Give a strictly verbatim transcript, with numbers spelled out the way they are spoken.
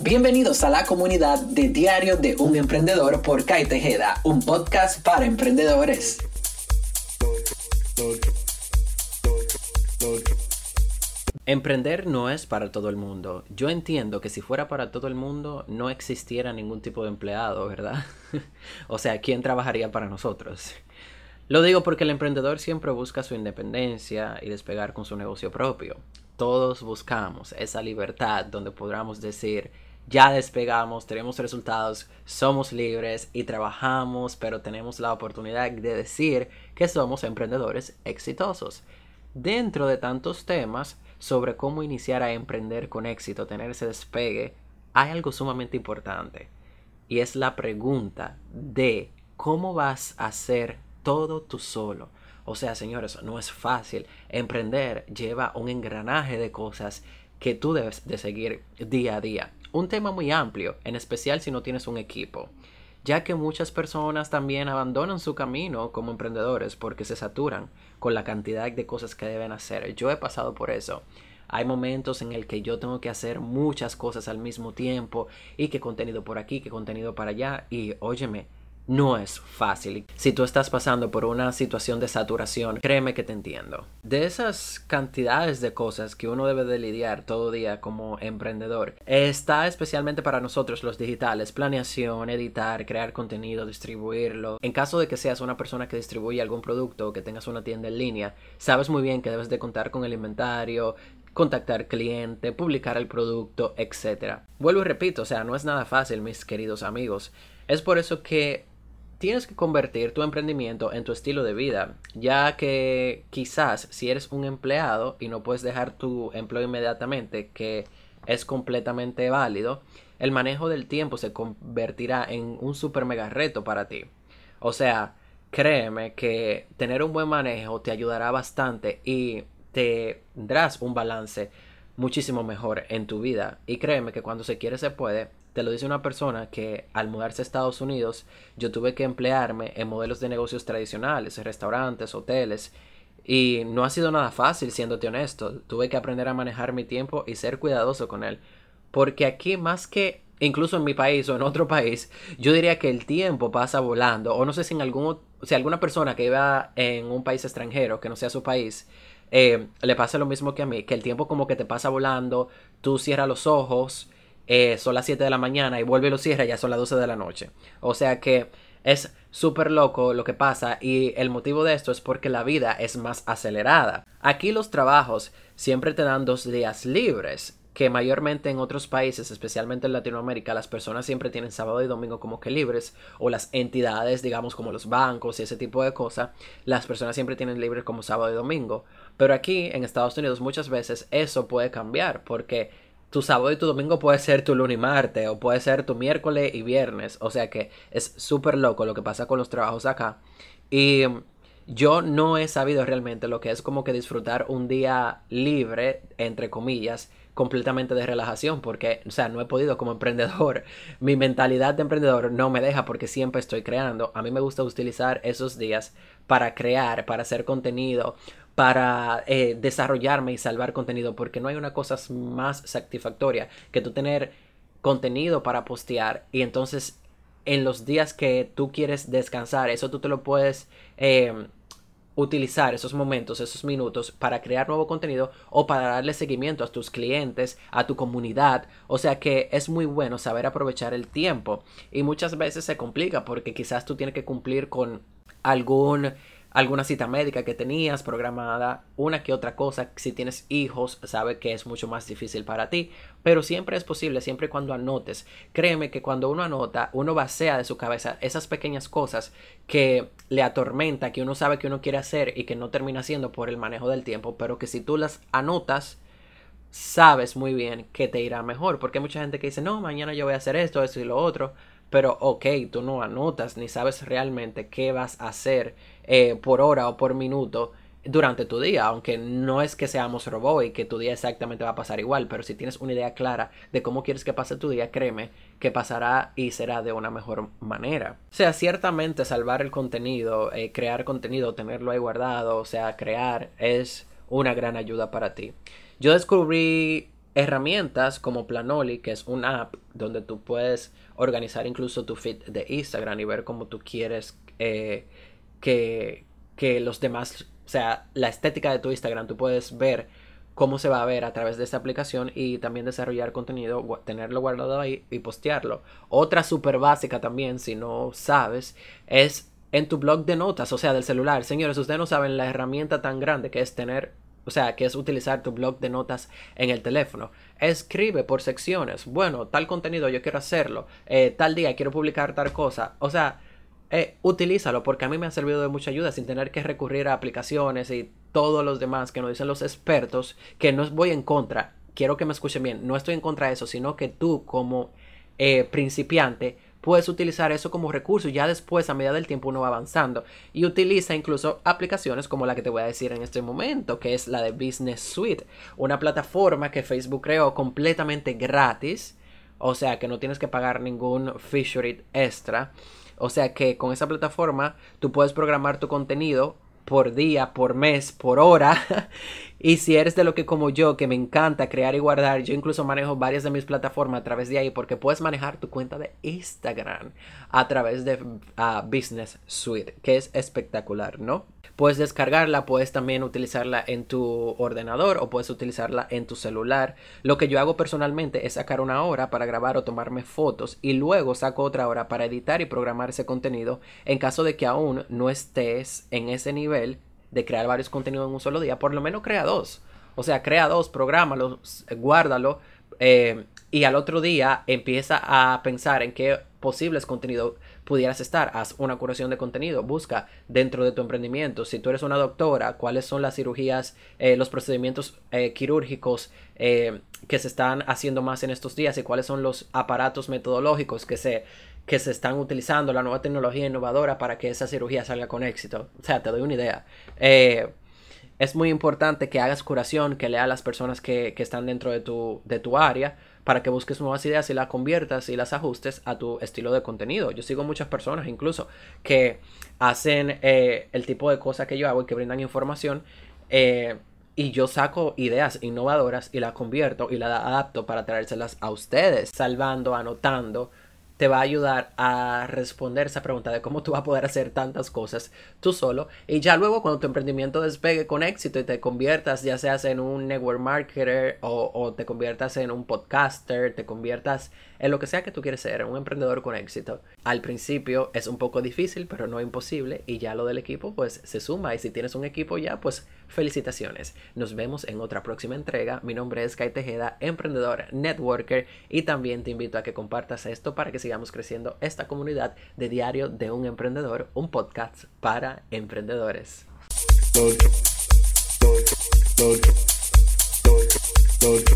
Bienvenidos a la comunidad de Diario de un Emprendedor por Kai Tejeda, un podcast para emprendedores. Emprender no es para todo el mundo. Yo entiendo que si fuera para todo el mundo no existiera ningún tipo de empleado, ¿verdad? O sea, ¿quién trabajaría para nosotros? Lo digo porque el emprendedor siempre busca su independencia y despegar con su negocio propio. Todos buscamos esa libertad donde podamos decir, ya despegamos, tenemos resultados, somos libres y trabajamos, pero tenemos la oportunidad de decir que somos emprendedores exitosos. Dentro de tantos temas sobre cómo iniciar a emprender con éxito, tener ese despegue, hay algo sumamente importante y es la pregunta de cómo vas a hacer todo tú solo. O sea, señores, no es fácil. Emprender lleva un engranaje de cosas que tú debes de seguir día a día. Un tema muy amplio, en especial si no tienes un equipo, ya que muchas personas también abandonan su camino como emprendedores porque se saturan con la cantidad de cosas que deben hacer. Yo he pasado por eso. Hay momentos en el que yo tengo que hacer muchas cosas al mismo tiempo y que contenido por aquí, que contenido para allá y óyeme, no es fácil. Si tú estás pasando por una situación de saturación, créeme que te entiendo. De esas cantidades de cosas que uno debe de lidiar todo día como emprendedor, está especialmente para nosotros los digitales, planeación, editar, crear contenido, distribuirlo. En caso de que seas una persona que distribuye algún producto o que tengas una tienda en línea, sabes muy bien que debes de contar con el inventario, contactar cliente, publicar el producto, etcétera. Vuelvo y repito, o sea, no es nada fácil, mis queridos amigos. Es por eso que tienes que convertir tu emprendimiento en tu estilo de vida, ya que quizás si eres un empleado y no puedes dejar tu empleo inmediatamente, que es completamente válido, el manejo del tiempo se convertirá en un super mega reto para ti. O sea, créeme que tener un buen manejo te ayudará bastante y tendrás un balance muchísimo mejor en tu vida. Y créeme que cuando se quiere se puede. Te lo dice una persona que al mudarse a Estados Unidos yo tuve que emplearme en modelos de negocios tradicionales, restaurantes, hoteles, y no ha sido nada fácil, siéndote honesto. Tuve que aprender a manejar mi tiempo y ser cuidadoso con él, porque aquí más que incluso en mi país o en otro país, yo diría que el tiempo pasa volando, o no sé si en algún, si alguna persona que viva en un país extranjero que no sea su país, eh, le pasa lo mismo que a mí, que el tiempo como que te pasa volando, tú cierras los ojos, Eh, son las siete de la mañana y vuelve y lo cierra, ya son las doce de la noche. O sea que es súper loco lo que pasa y el motivo de esto es porque la vida es más acelerada. Aquí los trabajos siempre te dan dos días libres, que mayormente en otros países, especialmente en Latinoamérica, las personas siempre tienen sábado y domingo como que libres, o las entidades, digamos como los bancos y ese tipo de cosas, las personas siempre tienen libres como sábado y domingo. Pero aquí en Estados Unidos muchas veces eso puede cambiar porque tu sábado y tu domingo puede ser tu lunes y martes, o puede ser tu miércoles y viernes. O sea que es súper loco lo que pasa con los trabajos acá. Y yo no he sabido realmente lo que es como que disfrutar un día libre, entre comillas, completamente de relajación, porque, o sea, no he podido como emprendedor. Mi mentalidad de emprendedor no me deja porque siempre estoy creando. A mí me gusta utilizar esos días para crear, para hacer contenido, para eh, desarrollarme y salvar contenido, porque no hay una cosa más satisfactoria que tú tener contenido para postear y entonces en los días que tú quieres descansar, eso tú te lo puedes eh, utilizar esos momentos, esos minutos para crear nuevo contenido o para darle seguimiento a tus clientes, a tu comunidad. O sea que es muy bueno saber aprovechar el tiempo y muchas veces se complica porque quizás tú tienes que cumplir con algún alguna cita médica que tenías programada, una que otra cosa. Si tienes hijos, sabe que es mucho más difícil para ti, pero siempre es posible, siempre y cuando anotes. Créeme que cuando uno anota, uno vacía de su cabeza esas pequeñas cosas que le atormenta, que uno sabe que uno quiere hacer y que no termina haciendo por el manejo del tiempo, pero que si tú las anotas, sabes muy bien que te irá mejor, porque hay mucha gente que dice, no, mañana yo voy a hacer esto, esto y lo otro, pero ok, tú no anotas ni sabes realmente qué vas a hacer eh, por hora o por minuto durante tu día, aunque no es que seamos robots y que tu día exactamente va a pasar igual, pero si tienes una idea clara de cómo quieres que pase tu día, créeme que pasará y será de una mejor manera. O sea, ciertamente salvar el contenido, eh, crear contenido, tenerlo ahí guardado, o sea, crear es una gran ayuda para ti. Yo descubrí herramientas como Planoly, que es una app donde tú puedes organizar incluso tu feed de Instagram y ver cómo tú quieres eh, que, que los demás, o sea, la estética de tu Instagram, tú puedes ver cómo se va a ver a través de esta aplicación y también desarrollar contenido, tenerlo guardado ahí y postearlo. Otra súper básica también, si no sabes, es en tu blog de notas, o sea, del celular. Señores, ustedes no saben la herramienta tan grande que es tener, o sea, que es utilizar tu blog de notas en el teléfono. Escribe por secciones. Bueno, tal contenido yo quiero hacerlo. Eh, tal día quiero publicar tal cosa. O sea, eh, utilízalo porque a mí me ha servido de mucha ayuda sin tener que recurrir a aplicaciones y todos los demás que nos dicen los expertos, que no voy en contra. Quiero que me escuchen bien. No estoy en contra de eso, sino que tú como eh, principiante puedes utilizar eso como recurso y ya después a medida del tiempo uno va avanzando y utiliza incluso aplicaciones como la que te voy a decir en este momento, que es la de Business Suite, una plataforma que Facebook creó completamente gratis, o sea que no tienes que pagar ningún feature extra, o sea que con esa plataforma tú puedes programar tu contenido por día, por mes, por hora. Y si eres de lo que como yo, que me encanta crear y guardar, yo incluso manejo varias de mis plataformas a través de ahí porque puedes manejar tu cuenta de Instagram a través de uh, Business Suite, que es espectacular, ¿no? Puedes descargarla, puedes también utilizarla en tu ordenador o puedes utilizarla en tu celular. Lo que yo hago personalmente es sacar una hora para grabar o tomarme fotos y luego saco otra hora para editar y programar ese contenido en caso de que aún no estés en ese nivel de crear varios contenidos en un solo día. Por lo menos crea dos. O sea, crea dos, prográmalo, guárdalo eh, y al otro día empieza a pensar en qué posibles contenidos pudieras estar. Haz una curación de contenido, busca dentro de tu emprendimiento. Si tú eres una doctora, cuáles son las cirugías, eh, los procedimientos eh, quirúrgicos eh, que se están haciendo más en estos días y cuáles son los aparatos metodológicos que se, que se están utilizando, la nueva tecnología innovadora para que esa cirugía salga con éxito. O sea, te doy una idea. Eh, es muy importante que hagas curación, que leas a las personas que, que están dentro de tu, de tu área para que busques nuevas ideas y las conviertas y las ajustes a tu estilo de contenido. Yo sigo muchas personas incluso que hacen eh, el tipo de cosas que yo hago y que brindan información eh, y yo saco ideas innovadoras y las convierto y las adapto para traérselas a ustedes, salvando, anotando. Te va a ayudar a responder esa pregunta de cómo tú vas a poder hacer tantas cosas tú solo. Y ya luego cuando tu emprendimiento despegue con éxito y te conviertas ya seas en un network marketer o, o te conviertas en un podcaster, te conviertas en lo que sea que tú quieres ser, un emprendedor con éxito. Al principio es un poco difícil, pero no imposible. Y ya lo del equipo pues se suma. Y si tienes un equipo ya, pues felicitaciones. Nos vemos en otra próxima entrega. Mi nombre es Kai Tejeda, emprendedor, networker. Y también te invito a que compartas esto para que sigamos creciendo esta comunidad de Diario de un Emprendedor, un podcast para emprendedores.